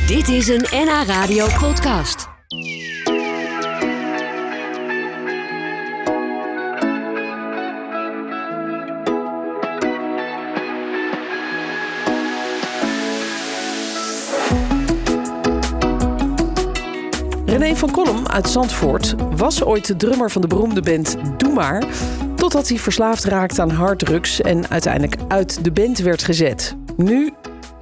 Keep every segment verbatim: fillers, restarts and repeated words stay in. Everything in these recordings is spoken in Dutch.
Dit is een N H Radio podcast. René van Kolm uit Zandvoort was ooit de drummer van de beroemde band Doe Maar, totdat hij verslaafd raakte aan harddrugs en uiteindelijk uit de band werd gezet. Nu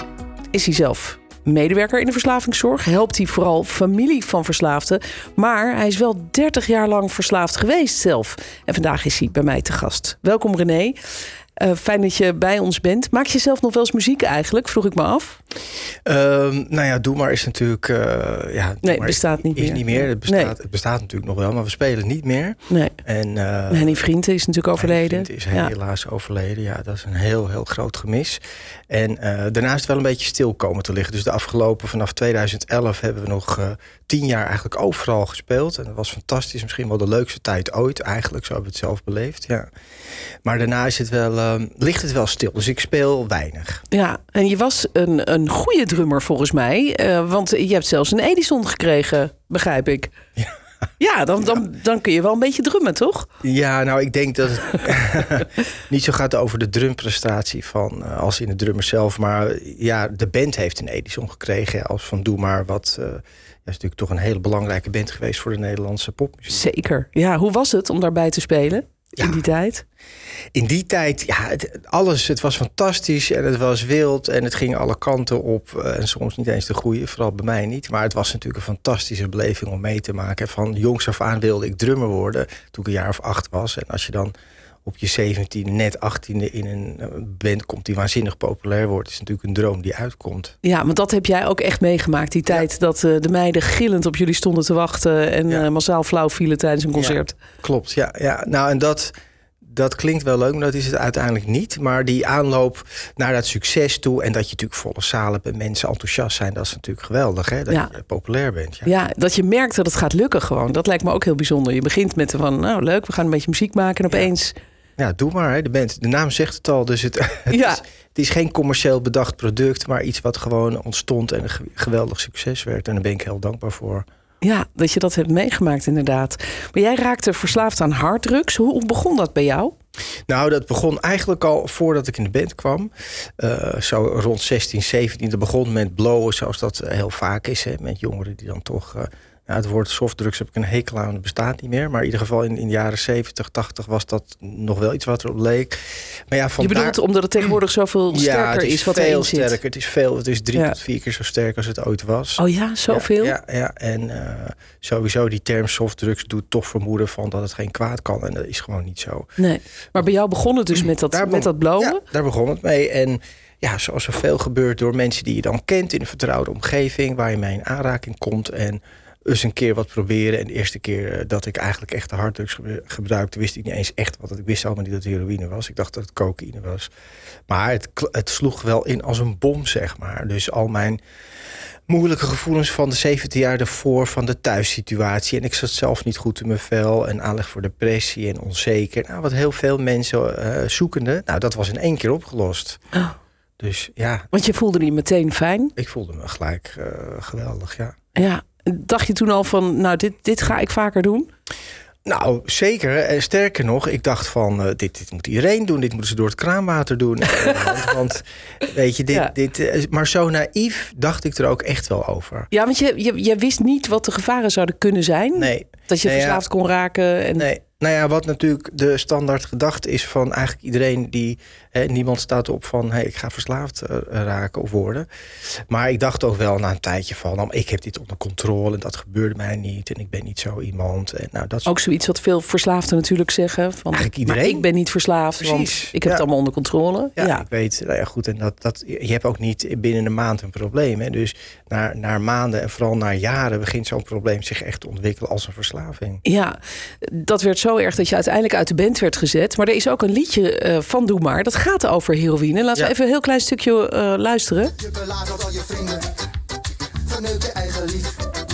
is hij zelf medewerker in de verslavingszorg, helpt hij vooral familie van verslaafden, maar hij is wel dertig jaar lang verslaafd geweest zelf. En vandaag is hij bij mij te gast. Welkom René. Uh, fijn dat je bij ons bent. Maak je zelf nog wel eens muziek eigenlijk? Vroeg ik me af. Uh, nou ja, Doe Maar is natuurlijk... Uh, ja, nee, het bestaat niet is meer. Niet meer. Het, bestaat, nee. het bestaat natuurlijk nog wel, maar we spelen niet meer. Nee. En, uh, Henny Vrienden is natuurlijk overleden. Henny Vrienden is helaas ja. overleden. Ja, dat is een heel, heel groot gemis. En uh, daarna is het wel een beetje stil komen te liggen. Dus de afgelopen, vanaf tweeduizend elf hebben we nog uh, tien jaar eigenlijk overal gespeeld. En dat was fantastisch. Misschien wel de leukste tijd ooit eigenlijk. Zo hebben we het zelf beleefd. Ja. Maar daarna is het wel, uh, ligt het wel stil. Dus ik speel weinig. Ja, en je was een, een goede drummer volgens mij. Uh, want je hebt zelfs een Edison gekregen, begrijp ik. Ja. Ja, dan, dan, dan kun je wel een beetje drummen, toch? Ja, nou, ik denk dat het niet zo gaat over de drumprestatie van uh, als in de drummer zelf. Maar ja, de band heeft een Edison gekregen als van Doe Maar. Wat uh, ja, is natuurlijk toch een hele belangrijke band geweest voor de Nederlandse popmuziek. Zeker. Ja, hoe was het om daarbij te spelen in ja. die tijd? In die tijd, ja, het, alles, het was fantastisch en het was wild en het ging alle kanten op. Uh, en soms niet eens de goede, vooral bij mij niet. Maar het was natuurlijk een fantastische beleving om mee te maken. Van jongs af aan wilde ik drummer worden toen ik een jaar of acht was. En als je dan op je zeventiende, net achttiende in een band komt die waanzinnig populair wordt, is natuurlijk een droom die uitkomt. Ja, want dat heb jij ook echt meegemaakt. Die tijd ja. dat uh, de meiden gillend op jullie stonden te wachten en ja. uh, massaal flauw vielen tijdens een concert. Ja, klopt, ja, ja. Nou, en dat... Dat klinkt wel leuk, maar dat is het uiteindelijk niet. Maar die aanloop naar dat succes toe en dat je natuurlijk volle zalen hebt en mensen enthousiast zijn, dat is natuurlijk geweldig, hè? Dat ja. je populair bent. Ja. ja, dat je merkt dat het gaat lukken gewoon. Dat lijkt me ook heel bijzonder. Je begint met van, nou leuk, we gaan een beetje muziek maken en opeens... Ja, ja Doe Maar, hè, de band. De naam zegt het al, dus het, het, ja. is, het is geen commercieel bedacht product, maar iets wat gewoon ontstond en een geweldig succes werd. En daar ben ik heel dankbaar voor. Ja, dat je dat hebt meegemaakt inderdaad. Maar jij raakte verslaafd aan harddrugs. Hoe, hoe begon dat bij jou? Nou, dat begon eigenlijk al voordat ik in de band kwam. Uh, zo rond zestien, zeventien. Dat begon met blowen, zoals dat heel vaak is. Hè, met jongeren die dan toch... Uh, nou, het woord softdrugs heb ik een hekel aan, het bestaat niet meer. Maar in ieder geval in, in de jaren zeventig, tachtig was dat nog wel iets wat erop leek. Maar ja, je bedoelt daar... omdat het tegenwoordig zoveel ja, sterker het is, is wat veel erin sterker. zit? Het is veel, het is drie ja. tot vier keer zo sterk als het ooit was. Oh ja, zoveel? Ja, ja, ja. En uh, sowieso die term softdrugs doet toch vermoeden van dat het geen kwaad kan. En dat is gewoon niet zo. Nee. Maar bij jou begon het dus met dat, begon, met dat blowen? Ja, daar begon het mee. En ja, zoals er veel gebeurt door mensen die je dan kent in een vertrouwde omgeving, waar je mee in aanraking komt en eens een keer wat proberen. En de eerste keer dat ik eigenlijk echt de harddrugs gebruikte, wist ik niet eens echt wat het. Ik wist allemaal niet dat het heroïne was. Ik dacht dat het cocaïne was. Maar het, het sloeg wel in als een bom, zeg maar. Dus al mijn moeilijke gevoelens van de zeventien jaar daarvoor, van de thuissituatie. En ik zat zelf niet goed in mijn vel. En aanleg voor depressie en onzeker. Nou, wat heel veel mensen uh, zoekende. Nou, dat was in één keer opgelost. Oh. Dus ja. Want je voelde je meteen fijn? Ik voelde me gelijk uh, geweldig, ja. Ja. Dacht je toen al van, nou, dit, dit ga ik vaker doen? Nou, zeker. En sterker nog, ik dacht van, uh, dit, dit moet iedereen doen. Dit moeten ze door het kraanwater doen. Want, weet je, dit, ja. dit, uh, maar zo naïef dacht ik er ook echt wel over. Ja, want je, je, je wist niet wat de gevaren zouden kunnen zijn? Nee. Dat je nee, verslaafd ja. kon raken? En... Nee. Nou ja, wat natuurlijk de standaard gedachte is van eigenlijk iedereen die... Hè, niemand staat op van, hey, ik ga verslaafd uh, raken of worden. Maar ik dacht ook wel na een tijdje van, nou, ik heb dit onder controle en dat gebeurde mij niet. En ik ben niet zo iemand. En, nou, dat is... Ook zoiets wat veel verslaafden natuurlijk zeggen. Van, eigenlijk iedereen. Maar ik ben niet verslaafd, Precies. want ik heb ja. het allemaal onder controle. Ja, ja. ik weet, nou ja, goed. En dat, dat, je hebt ook niet binnen een maand een probleem. Hè. Dus na, na maanden en vooral na jaren begint zo'n probleem zich echt te ontwikkelen als een verslaving. Ja, dat werd zo erg dat je uiteindelijk uit de band werd gezet. Maar er is ook een liedje uh, van Doe Maar. Dat gaat over heroïne. Laten ja. we even een heel klein stukje uh, luisteren. Je belagert al je vrienden. Verneukt je eigen lief.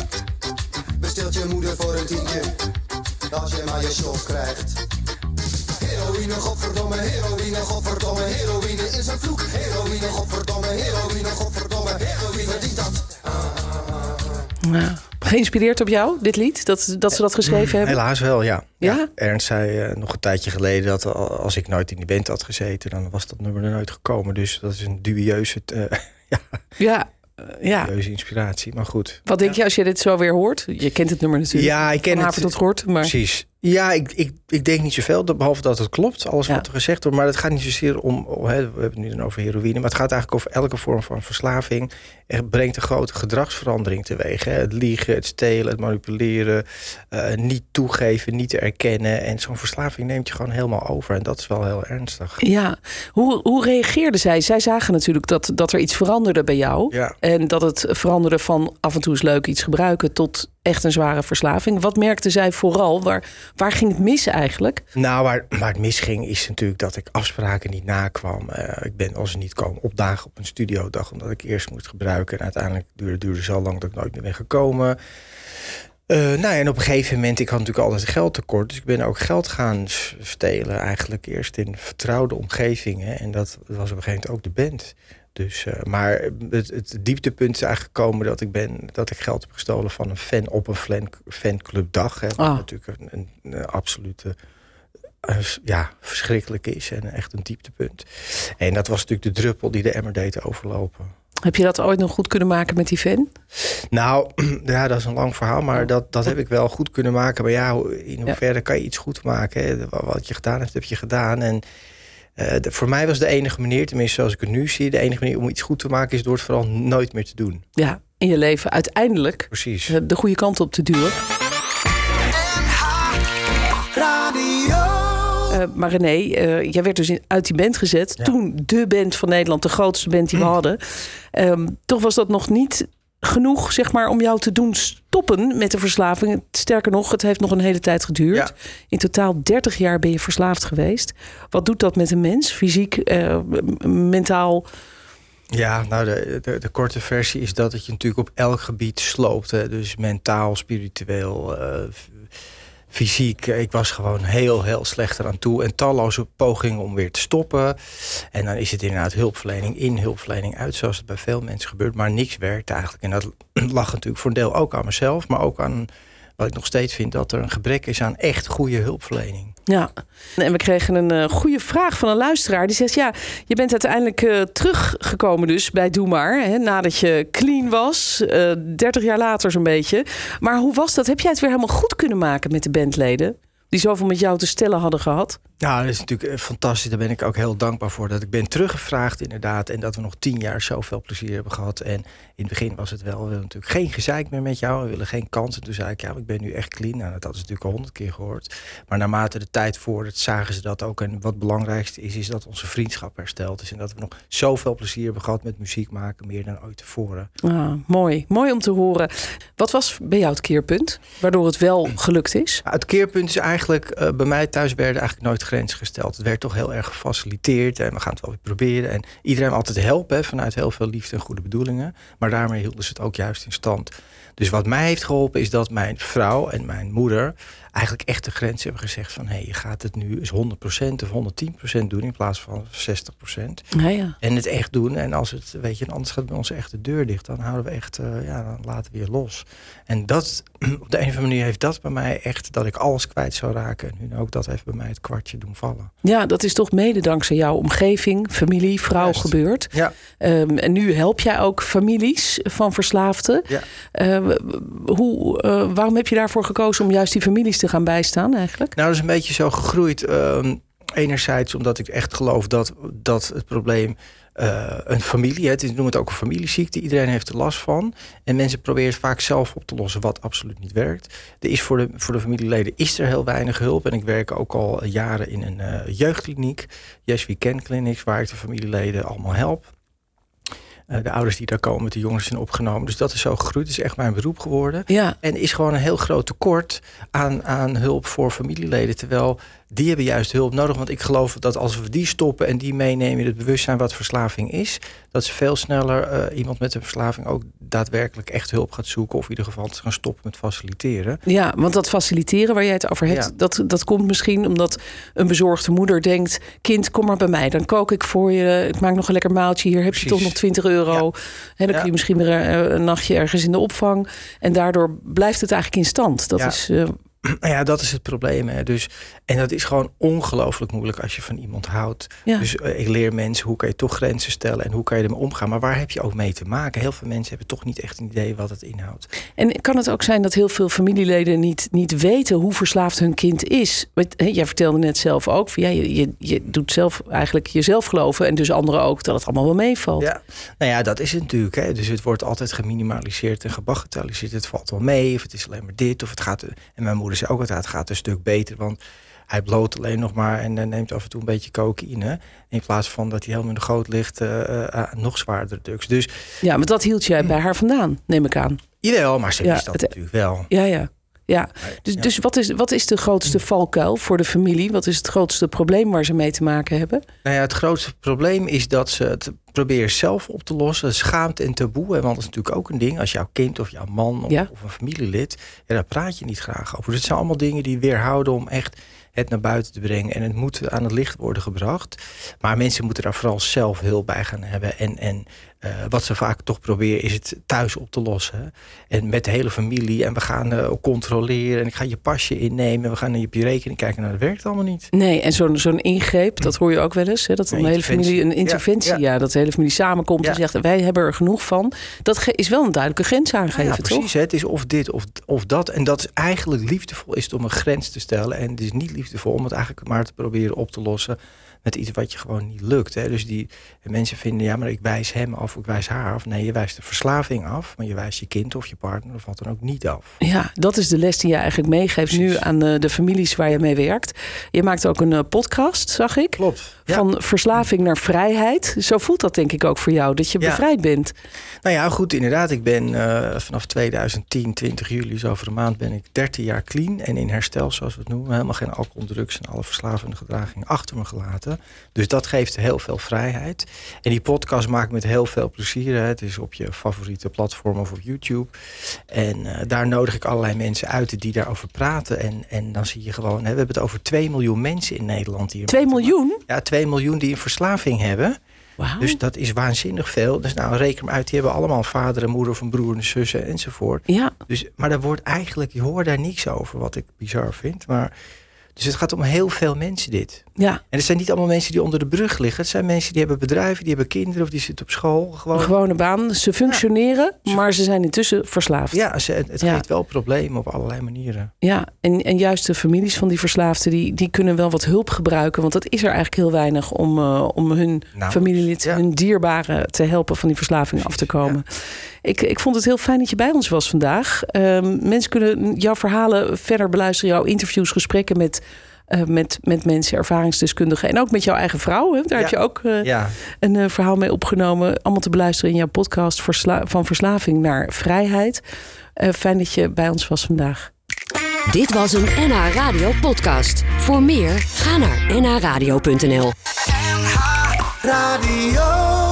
Besteelt je moeder voor een tientje. Als je maar je shots krijgt. Heroïne, godverdomme, heroïne, godverdomme. Heroïne is een vloek. Heroïne, godverdomme, heroïne, godverdomme. Heroïne, verdient dat. Ah. Ja. Geïnspireerd op jou, dit lied? Dat, dat ze dat geschreven hebben? Helaas wel, ja. Ja? ja Ernst zei uh, nog een tijdje geleden dat als ik nooit in die band had gezeten, dan was dat nummer er nooit gekomen. Dus dat is een dubieuze, uh, ja, ja, uh, ja. dubieuze inspiratie. Maar goed. Wat denk ja. je als je dit zo weer hoort? Je kent het nummer natuurlijk. Ja, ik ken het. tot hoort, maar... Precies. Ja, ik, ik, ik denk niet zoveel, behalve dat het klopt, alles ja. wat er gezegd wordt. Maar het gaat niet zozeer om, oh, hè, we hebben het nu dan over heroïne, maar het gaat eigenlijk over elke vorm van verslaving. Het brengt een grote gedragsverandering teweeg. Hè. Het liegen, het stelen, het manipuleren, uh, niet toegeven, niet erkennen. En zo'n verslaving neemt je gewoon helemaal over. En dat is wel heel ernstig. Ja, hoe, hoe reageerde zij? Zij zagen natuurlijk dat, dat er iets veranderde bij jou. Ja. En dat het veranderde van af en toe is leuk iets gebruiken tot echt een zware verslaving. Wat merkte zij vooral? Waar, waar ging het mis eigenlijk? Nou, waar, waar het misging is natuurlijk dat ik afspraken niet nakwam. Uh, ik ben als ze niet komen opdagen op een studiodag, omdat ik eerst moest gebruiken. En uiteindelijk duurde duurde zo lang dat ik nooit meer ben gekomen. Uh, nou, en op een gegeven moment, ik had natuurlijk altijd geld tekort. Dus ik ben ook geld gaan stelen. Eigenlijk eerst in vertrouwde omgevingen. En dat was op een gegeven moment ook de band. Dus, uh, maar het, het dieptepunt is eigenlijk gekomen dat ik ben dat ik geld heb gestolen van een fan op een fan, fanclubdag. Hè, wat oh. natuurlijk een, een, een absolute uh, ja, verschrikkelijk is en echt een dieptepunt. En dat was natuurlijk de druppel die de emmer deed overlopen. Heb je dat ooit nog goed kunnen maken met die fan? Nou, ja, dat is een lang verhaal, maar dat, dat heb ik wel goed kunnen maken. Maar ja, in hoeverre ja. kan je iets goed maken? Hè? Wat je gedaan hebt, heb je gedaan. En Uh, de, voor mij was de enige manier, tenminste zoals ik het nu zie, de enige manier om iets goed te maken is door het vooral nooit meer te doen. Ja, in je leven uiteindelijk Precies. Uh, de goede kant op te duwen. Uh, maar René, uh, jij werd dus in, uit die band gezet. Ja. Toen de band van Nederland, de grootste band die we hadden. Um, toch was dat nog niet genoeg, zeg maar, om jou te doen stoppen met de verslaving. Sterker nog, het heeft nog een hele tijd geduurd. Ja. In totaal dertig jaar ben je verslaafd geweest. Wat doet dat met een mens? Fysiek, uh, mentaal? Ja, nou, de, de, de korte versie is dat het je natuurlijk op elk gebied sloopt. Hè. Dus mentaal, spiritueel, uh, fysiek. Ik was gewoon heel, heel slecht eraan toe. En talloze pogingen om weer te stoppen. En dan is het inderdaad hulpverlening in, hulpverlening uit. Zoals het bij veel mensen gebeurt. Maar niks werkt eigenlijk. En dat lag natuurlijk voor een deel ook aan mezelf. Maar ook aan wat ik nog steeds vind. Dat er een gebrek is aan echt goede hulpverlening. Ja, en we kregen een uh, goede vraag van een luisteraar. Die zegt, ja, je bent uiteindelijk uh, teruggekomen dus bij Doe Maar. Hè, nadat je clean was. Uh, dertig jaar later zo'n beetje. Maar hoe was dat? Heb jij het weer helemaal goed kunnen maken met de bandleden? Die zoveel met jou te stellen hadden gehad? Nou, dat is natuurlijk fantastisch. Daar ben ik ook heel dankbaar voor. Dat ik ben teruggevraagd inderdaad. En dat we nog tien jaar zoveel plezier hebben gehad. En in het begin was het wel. We willen natuurlijk geen gezeik meer met jou. We willen geen kansen. Toen zei ik, ja, ik ben nu echt clean. Nou, dat is natuurlijk al honderd keer gehoord. Maar naarmate de tijd vordert, zagen ze dat ook. En wat het belangrijkste is, is dat onze vriendschap hersteld is. En dat we nog zoveel plezier hebben gehad met muziek maken. Meer dan ooit tevoren. Ah, mooi. Mooi om te horen. Wat was bij jou het keerpunt? Waardoor het wel gelukt is? Het keerpunt is eigenlijk, uh, bij mij thuis werden eigenlijk nooit grenzen gesteld. Het werd toch heel erg gefaciliteerd en we gaan het wel weer proberen. En iedereen altijd helpen, hè, vanuit heel veel liefde en goede bedoelingen. Maar daarmee hielden ze het ook juist in stand. Dus wat mij heeft geholpen is dat mijn vrouw en mijn moeder eigenlijk echt de grens hebben gezegd van, hé, hey, je gaat het nu eens honderd procent of honderdtien procent doen in plaats van zestig procent. Ja, ja. En het echt doen. En als het, weet je, anders gaat bij ons echt de deur dicht. Dan houden we echt, uh, ja, dan laten we je los. En dat, op de een of andere manier heeft dat bij mij echt, dat ik alles kwijt zou raken. En nu ook, dat heeft bij mij het kwartje doen vallen. Ja, dat is toch mede dankzij jouw omgeving, familie, vrouw Juist. gebeurd. Ja. Um, en nu help jij ook families van verslaafden. Ja. Uh, hoe, uh, waarom heb je daarvoor gekozen om juist die families te gaan bijstaan eigenlijk? Nou, dat is een beetje zo gegroeid. Um, enerzijds omdat ik echt geloof dat, dat het probleem uh, een familie, het is, noem het ook een familieziekte, iedereen heeft er last van. En mensen proberen het vaak zelf op te lossen, wat absoluut niet werkt. Er is voor de, voor de familieleden is er heel weinig hulp. En ik werk ook al jaren in een uh, jeugdkliniek, Yes We Can Clinics, waar ik de familieleden allemaal help. De ouders die daar komen, de jongens zijn opgenomen. Dus dat is zo gegroeid. Het is echt mijn beroep geworden. Ja. En is gewoon een heel groot tekort aan, aan hulp voor familieleden. Terwijl die hebben juist hulp nodig. Want ik geloof dat als we die stoppen en die meenemen in het bewustzijn wat verslaving is, dat ze veel sneller uh, iemand met een verslaving ook daadwerkelijk echt hulp gaat zoeken. Of in ieder geval te gaan stoppen met faciliteren. Ja, want dat faciliteren waar jij het over hebt, Ja. dat, dat komt misschien omdat een bezorgde moeder denkt, kind, kom maar bij mij. Dan kook ik voor je, ik maak nog een lekker maaltje. Hier heb Precies. je toch nog twintig euro. Ja. En dan Ja. kun je misschien weer een, een nachtje ergens in de opvang. En daardoor blijft het eigenlijk in stand. Dat Ja. is... Uh, Nou ja, dat is het probleem. Hè. Dus, en dat is gewoon ongelooflijk moeilijk als je van iemand houdt. Ja. Dus uh, ik leer mensen hoe kan je toch grenzen stellen en hoe kan je ermee omgaan. Maar waar heb je ook mee te maken? Heel veel mensen hebben toch niet echt een idee wat het inhoudt. En kan het ook zijn dat heel veel familieleden niet, niet weten hoe verslaafd hun kind is? Want, hè, jij vertelde net zelf ook, van, ja, je, je, je doet zelf eigenlijk jezelf geloven en dus anderen ook dat het allemaal wel meevalt. Ja, nou ja, dat is het natuurlijk. Hè. Dus het wordt altijd geminimaliseerd en gebagatelliseerd. Het valt wel mee, of het is alleen maar dit, of het gaat. En mijn moeder zei ook altijd, het gaat een stuk beter, want hij bloot alleen nog maar en uh, neemt af en toe een beetje cocaïne. In plaats van dat hij helemaal in de goot ligt, uh, uh, nog zwaardere drugs. Dus ja, maar dat hield jij bij haar vandaan, neem ik aan. Jawel, maar ze Ja, wist dat het- natuurlijk wel. Ja, ja. Ja, dus, Ja. dus wat, is, wat is de grootste valkuil voor de familie? Wat is het grootste probleem waar ze mee te maken hebben? Nou ja, het grootste probleem is dat ze het proberen zelf op te lossen. Schaamte en taboe, hè, want dat is natuurlijk ook een ding. Als jouw kind of jouw man of, Ja. of een familielid, ja, daar praat je niet graag over. Dus het zijn allemaal dingen die weerhouden om echt het naar buiten te brengen. En het moet aan het licht worden gebracht. Maar mensen moeten daar vooral zelf hulp bij gaan hebben. En, en uh, wat ze vaak toch proberen is het thuis op te lossen. En met de hele familie. En we gaan uh, controleren. En ik ga je pasje innemen. We gaan op je rekening kijken. Nou, dat werkt allemaal niet. Nee, en zo'n zo'n ingreep, dat hoor je ook wel eens. Hè, dat dan Een de hele interventie. familie, een interventie, ja, Ja, ja. dat de hele familie samenkomt Ja. en zegt, wij hebben er genoeg van. Dat ge- is wel een duidelijke grens aangeven, Ja, toch? precies. Hè. Het is of dit of, of dat. En dat is eigenlijk liefdevol is het om een grens te stellen. En het is niet liefdevol om het eigenlijk maar te proberen op te lossen met iets wat je gewoon niet lukt. Hè. Dus die mensen vinden, ja, maar ik wijs hem af, ik wijs haar af. Nee, je wijst de verslaving af, maar je wijst je kind of je partner of wat dan ook niet af. Ja, dat is de les die je eigenlijk meegeeft nu Precies. aan de, de families waar je mee werkt. Je maakt ook een uh, podcast, zag ik. Klopt. Ja. Van verslaving naar vrijheid. Zo voelt dat denk ik ook voor jou, dat je Ja. bevrijd bent. Nou ja, goed, inderdaad. Ik ben uh, vanaf tweeduizend tien, twintig juli, dus over een maand, ben ik dertien jaar clean en in herstel, zoals we het noemen. Helemaal geen alcohol, drugs en alle verslavende gedragingen achter me gelaten. Dus dat geeft heel veel vrijheid. En die podcast maak ik met heel veel plezier. Hè. Het is op je favoriete platform of op YouTube. En uh, daar nodig ik allerlei mensen uit die daarover praten. En, en dan zie je gewoon, hè, we hebben het over twee miljoen mensen in Nederland hier. Twee miljoen? Ja, twee miljoen die een verslaving hebben. Wauw. Dus dat is waanzinnig veel. Dus nou, reken maar uit, die hebben allemaal een vader en moeder of een broer en zussen enzovoort. Ja, Dus, maar daar wordt eigenlijk, je hoort daar niks over, wat ik bizar vind. Maar, dus het gaat om heel veel mensen dit. ja. En het zijn niet allemaal mensen die onder de brug liggen. Het zijn mensen die hebben bedrijven, die hebben kinderen of die zitten op school. Gewoon. Een gewone baan. Ze functioneren, maar ze zijn intussen verslaafd. Ja, ze, het Ja. geeft wel problemen op allerlei manieren. Ja, en, en juist de families van die verslaafden, die, die kunnen wel wat hulp gebruiken. Want dat is er eigenlijk heel weinig om, uh, om hun Nou, familielid, ja. hun dierbaren te helpen van die verslaving af te komen. Ik, ik vond het heel fijn dat je bij ons was vandaag. Um, mensen kunnen jouw verhalen verder beluisteren, jouw interviews, gesprekken met, uh, met, met mensen, ervaringsdeskundigen. En ook met jouw eigen vrouw. Hè? Daar Ja. heb je ook uh, Ja, een uh, verhaal mee opgenomen. Allemaal te beluisteren in jouw podcast Versla- Van Verslaving naar Vrijheid. Uh, fijn dat je bij ons was vandaag. Dit was een N H Radio podcast. Voor meer, ga naar n h radio punt n l. Radio.